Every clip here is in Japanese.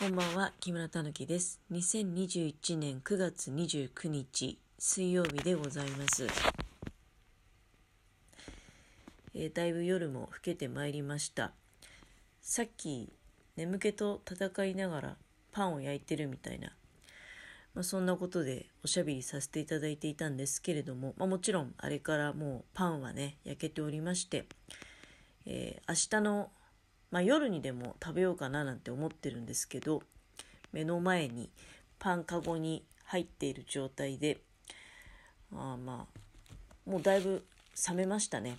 こんばんは、木村たぬきです。2021年9月29日水曜日でございます。だいぶ夜も更けてまいりました。さっき眠気と戦いながらパンを焼いてるみたいな、そんなことでおしゃべりさせていただいていたんですけれども、もちろんあれからもうパンはね焼けておりまして、明日の夜にでも食べようかななんて思ってるんですけど、目の前にパンカゴに入っている状態で、もうだいぶ冷めましたね。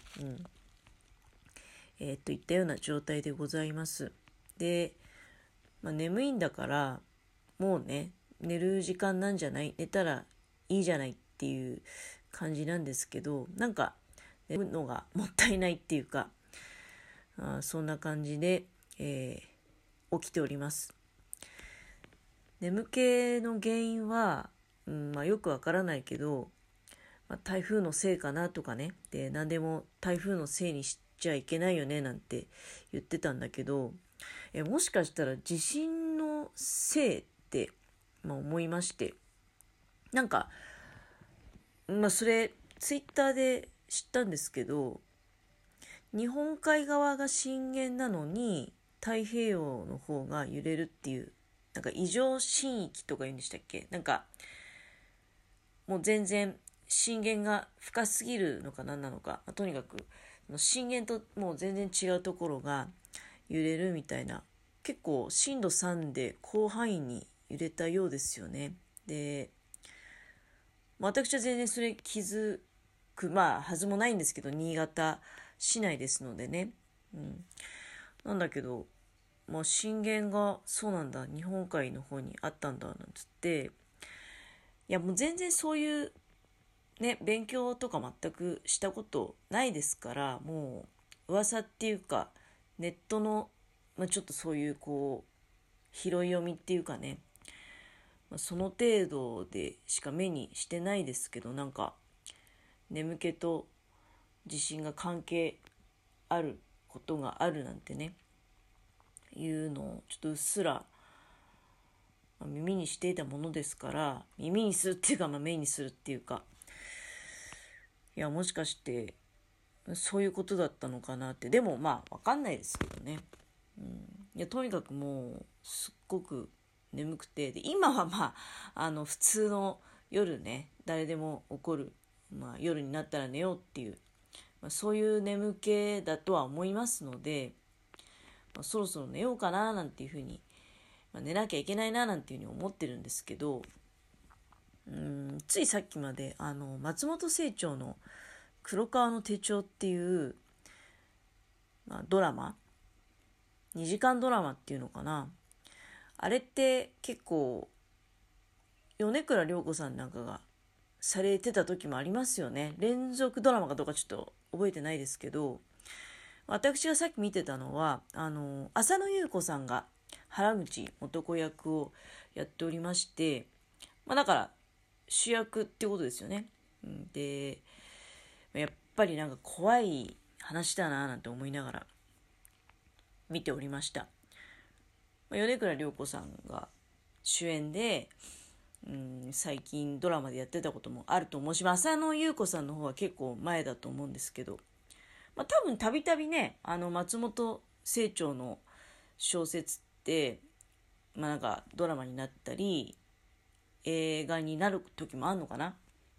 いったような状態でございます。で、眠いんだからもうね寝る時間なんじゃない、寝たらいいじゃないっていう感じなんですけど、なんか寝るのがもったいないっていうか、そんな感じで、起きております。眠気の原因は、よくわからないけど、台風のせいかなとかね、で何でも台風のせいにしちゃいけないよねなんて言ってたんだけど、もしかしたら地震のせいって、思いまして、なんか、それツイッターで知ったんですけど、日本海側が震源なのに太平洋の方が揺れるっていう、なんか異常震域とか言うんでしたっけ、なんかもう全然震源が深すぎるのか何なのか、とにかく震源ともう全然違うところが揺れるみたいな、結構震度3で広範囲に揺れたようですよね。で、私は全然それ気づくはずもないんですけど、新潟市内ですのでね、なんだけど、震源がそうなんだ、日本海の方にあったんだなんつって、いやもう全然そういうね勉強とか全くしたことないですから、もう噂っていうかネットの、ちょっとそういう拾い読みっていうかね、その程度でしか目にしてないですけど、なんか眠気と地震が関係あることがあるなんてね、いうのをちょっとうっすら耳にしていたものですから、耳にするっていうか、目にするっていうか、いやもしかしてそういうことだったのかなって。でもわかんないですけどね。いやとにかくもうすっごく眠くて、で今は普通の夜ね、誰でも起こる、夜になったら寝ようっていう、そういう眠気だとは思いますので、そろそろ寝ようかななんていうふうに、寝なきゃいけないななんていうふうに思ってるんですけど、ついさっきまで松本清張の黒川の手帳っていう、ドラマ、2時間ドラマっていうのかな、あれって結構米倉涼子さんなんかがされてた時もありますよね。連続ドラマかどうかちょっと覚えてないですけど、私がさっき見てたのは浅野ゆう子さんが原口素子役をやっておりまして、だから主役ってことですよね。で、やっぱりなんか怖い話だななんて思いながら見ておりました。米倉涼子さんが主演で、最近ドラマでやってたこともあると思うし、浅野ゆう子さんの方は結構前だと思うんですけど、多分たびたびね、松本清張の小説って、なんかドラマになったり映画になる時もあるのかな。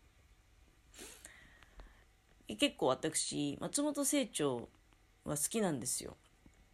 結構私松本清張は好きなんですよ。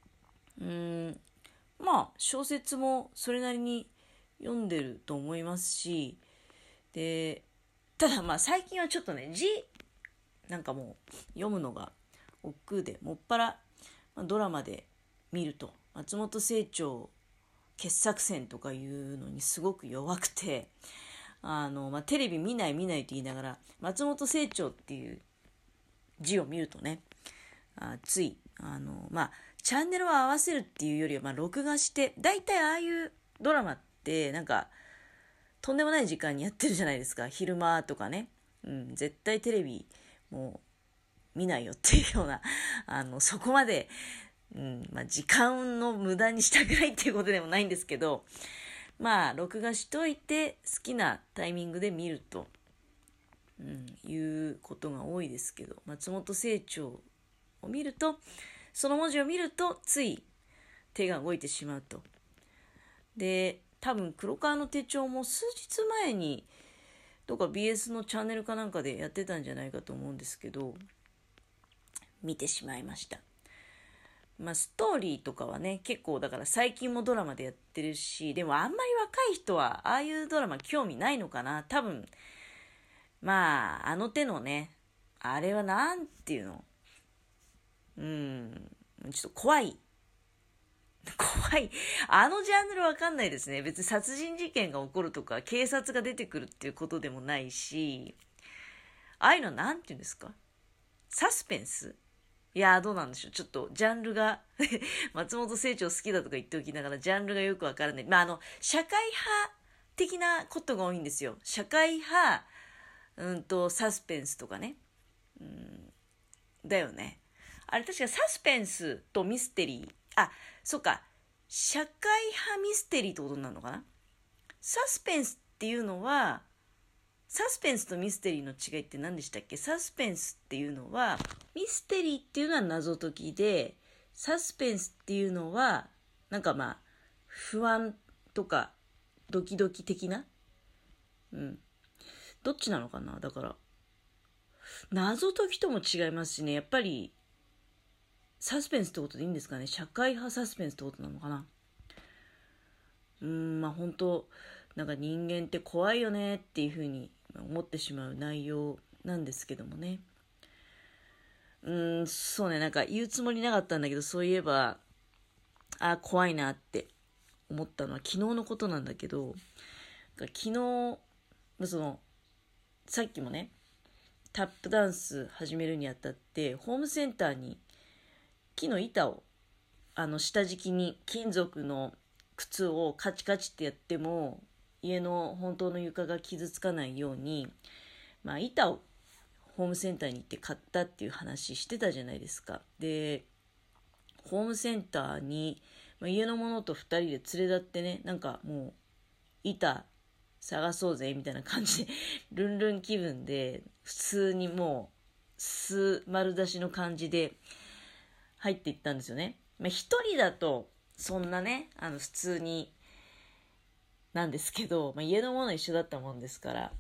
小説もそれなりに読んでると思いますし、でただ最近はちょっとね、字なんかもう読むのが億劫で、もっぱらドラマで見ると松本清張傑作選とかいうのにすごく弱くて、テレビ見ないと言いながら松本清張っていう字を見るとね、ついチャンネルを合わせるっていうよりは、録画して、だいたいああいうドラマってなんかとんでもない時間にやってるじゃないですか。昼間とかね、絶対テレビもう見ないよっていうようなそこまで時間の無駄にしたくないっていうことでもないんですけど、録画しといて好きなタイミングで見ると、いうことが多いですけど、松本清張を見ると、その文字を見るとつい手が動いてしまうと。で、多分黒川の手帳も数日前にどっか BS のチャンネルかなんかでやってたんじゃないかと思うんですけど、見てしまいました。ストーリーとかはね、結構だから最近もドラマでやってるし、でもあんまり若い人はああいうドラマ興味ないのかな。多分、あの手のね、あれはなんていうの、ちょっと怖い。あのジャンルわかんないですね。別に殺人事件が起こるとか、警察が出てくるっていうことでもないし、ああいうのなんていうんですか？サスペンス？いやー、どうなんでしょう。ちょっとジャンルが松本清張好きだとか言っておきながらジャンルがよくわからない。社会派的なことが多いんですよ。社会派、サスペンスとかね。だよね。あれ確かサスペンスとミステリー。そうか。社会派ミステリーってことになるのかな？サスペンスっていうのは、サスペンスとミステリーの違いって何でしたっけ？サスペンスっていうのは、ミステリーっていうのは謎解きで、サスペンスっていうのは、不安とか、ドキドキ的な？どっちなのかな？だから、謎解きとも違いますしね、やっぱり、サスペンスってことでいいんですかね？社会派サスペンスってことなのかな？本当人間って怖いよねっていうふうに思ってしまう内容なんですけどもね。そうね、言うつもりなかったんだけど、そういえば、怖いなって思ったのは昨日のことなんだけど、昨日、さっきもね、タップダンス始めるにあたって、ホームセンターに木の板を、下敷きに金属の靴をカチカチってやっても、家の本当の床が傷つかないように、板をホームセンターに行って買ったっていう話してたじゃないですか。で、ホームセンターに、家の者と2人で連れ立ってね、もう板探そうぜみたいな感じでルンルン気分で普通にもう素丸出しの感じで入っていったんですよね。一人だとそんなね、普通になんですけど、家の者一緒だったもんですから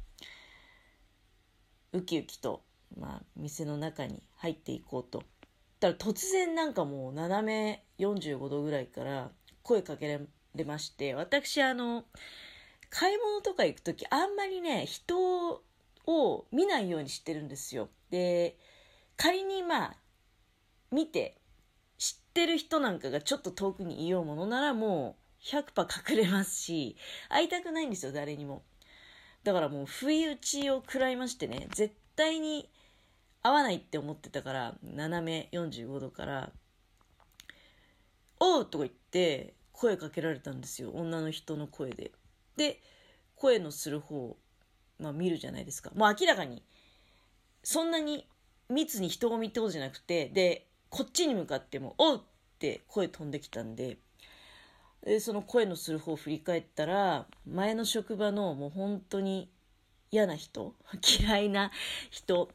ウキウキと、店の中に入っていこうと。だから突然もう斜め45度ぐらいから声かけられまして、私買い物とか行くときあんまりね人を見ないようにしてるんですよ。で、仮に見て知ってる人なんかがちょっと遠くにいようものならもう 100% 隠れますし、会いたくないんですよ、誰にも。だからもう不意打ちを食らいましてね、絶対に会わないって思ってたから、斜め45度からおうとか言って声かけられたんですよ、女の人の声で。で、声のする方、見るじゃないですか。もう明らかにそんなに密に人混みってことじゃなくて、でこっちに向かってもおうって声飛んできたんで、その声のする方を振り返ったら、前の職場のもう本当に嫌な人嫌いな人、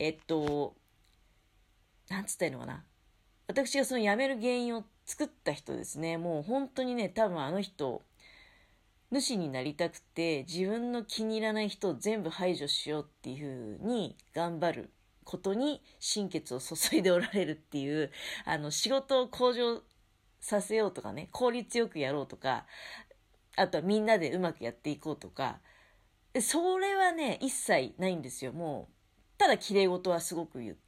なんつったらいいのかな、私がその辞める原因を作った人ですね。もう本当にね、多分あの人主になりたくて自分の気に入らない人を全部排除しようっていう風に頑張ることに心血を注いでおられるっていう、仕事を向上させようとかね、効率よくやろうとか、あとはみんなでうまくやっていこうとか、それはね一切ないんですよ。もうただ綺麗事はすごく言って、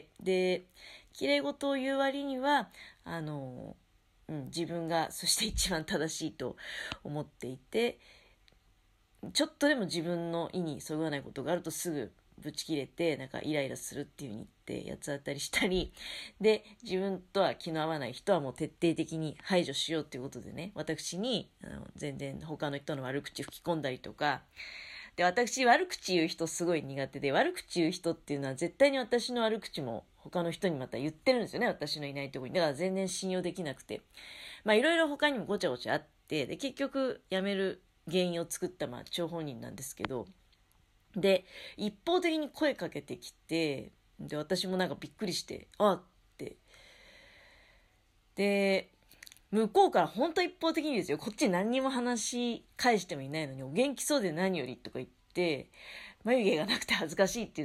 で綺麗事を言う割には自分がそして一番正しいと思っていて、ちょっとでも自分の意にそぐわないことがあるとすぐぶち切れてイライラするっていう風に言って八つ当たりしたりで、自分とは気の合わない人はもう徹底的に排除しようっていうことでね、私に全然他の人の悪口吹き込んだりとか、 で、私、悪口言う人すごい苦手で、悪口言う人っていうのは絶対に私の悪口も他の人にまた言ってるんですよね。私のいないところに。だから全然信用できなくて。まあ、いろいろ他にもごちゃごちゃあって、で、結局、辞める原因を作った、まあ、張本人なんですけど、で、一方的に声かけてきて、で、私もなんかびっくりして、あって。で、向こうから本当一方的にですよ。こっち何にも話し返してもいないのに、お元気そうで何よりとか言って、眉毛がなくて恥ずかしいって言って、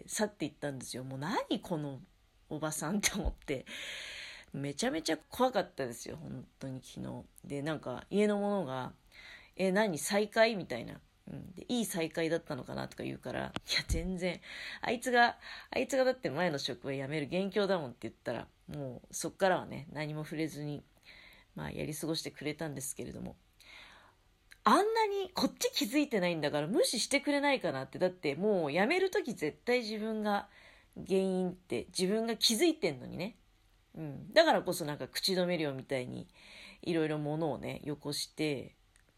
去っていったんですよ。もう何このおばさんって思って。めちゃめちゃ怖かったですよ。本当に昨日。で、なんか家の者が、何再会みたいな。で、いい再会だったのかなとか言うから、いや、全然、あいつがだって前の職場辞める元凶だもんって言ったら、もうそっからはね、何も触れずに、まあやり過ごしてくれたんですけれども、あんなにこっち気づいてないんだから無視してくれないかなって。だってもう辞めるとき絶対自分が原因って自分が気づいてんのにね。だからこそなんか口止め料みたいにいろいろ物をね、よこして、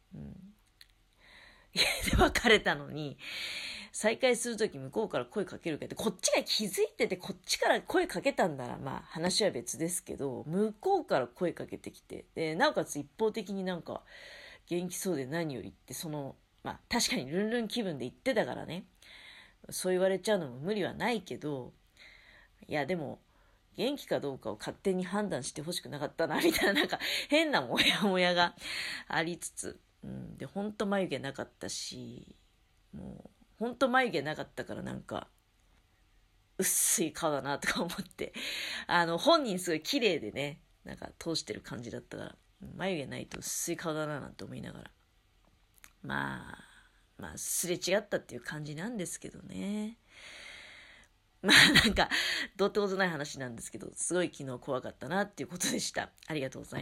家で別れたのに、再会するとき向こうから声かけるけど、こっちが気づいててこっちから声かけたんならまあ話は別ですけど、向こうから声かけてきて、で、なおかつ一方的になんか元気そうで何よりって、まあ確かにルンルン気分で言ってたからね、そう言われちゃうのも無理はないけど、いやでも、元気かどうかを勝手に判断してほしくなかったな、みたいななんか変なモヤモヤがありつつ、で、ほんと眉毛なかったし、もう、ほんと眉毛なかったからなんか、薄い顔だなとか思って、本人すごい綺麗でね、なんか通してる感じだったから、眉毛ないと薄い顔だななんて思いながら、まあ、すれ違ったっていう感じなんですけどね。まあなんか、どうってことない話なんですけど、すごい昨日怖かったなっていうことでした。ありがとうございます。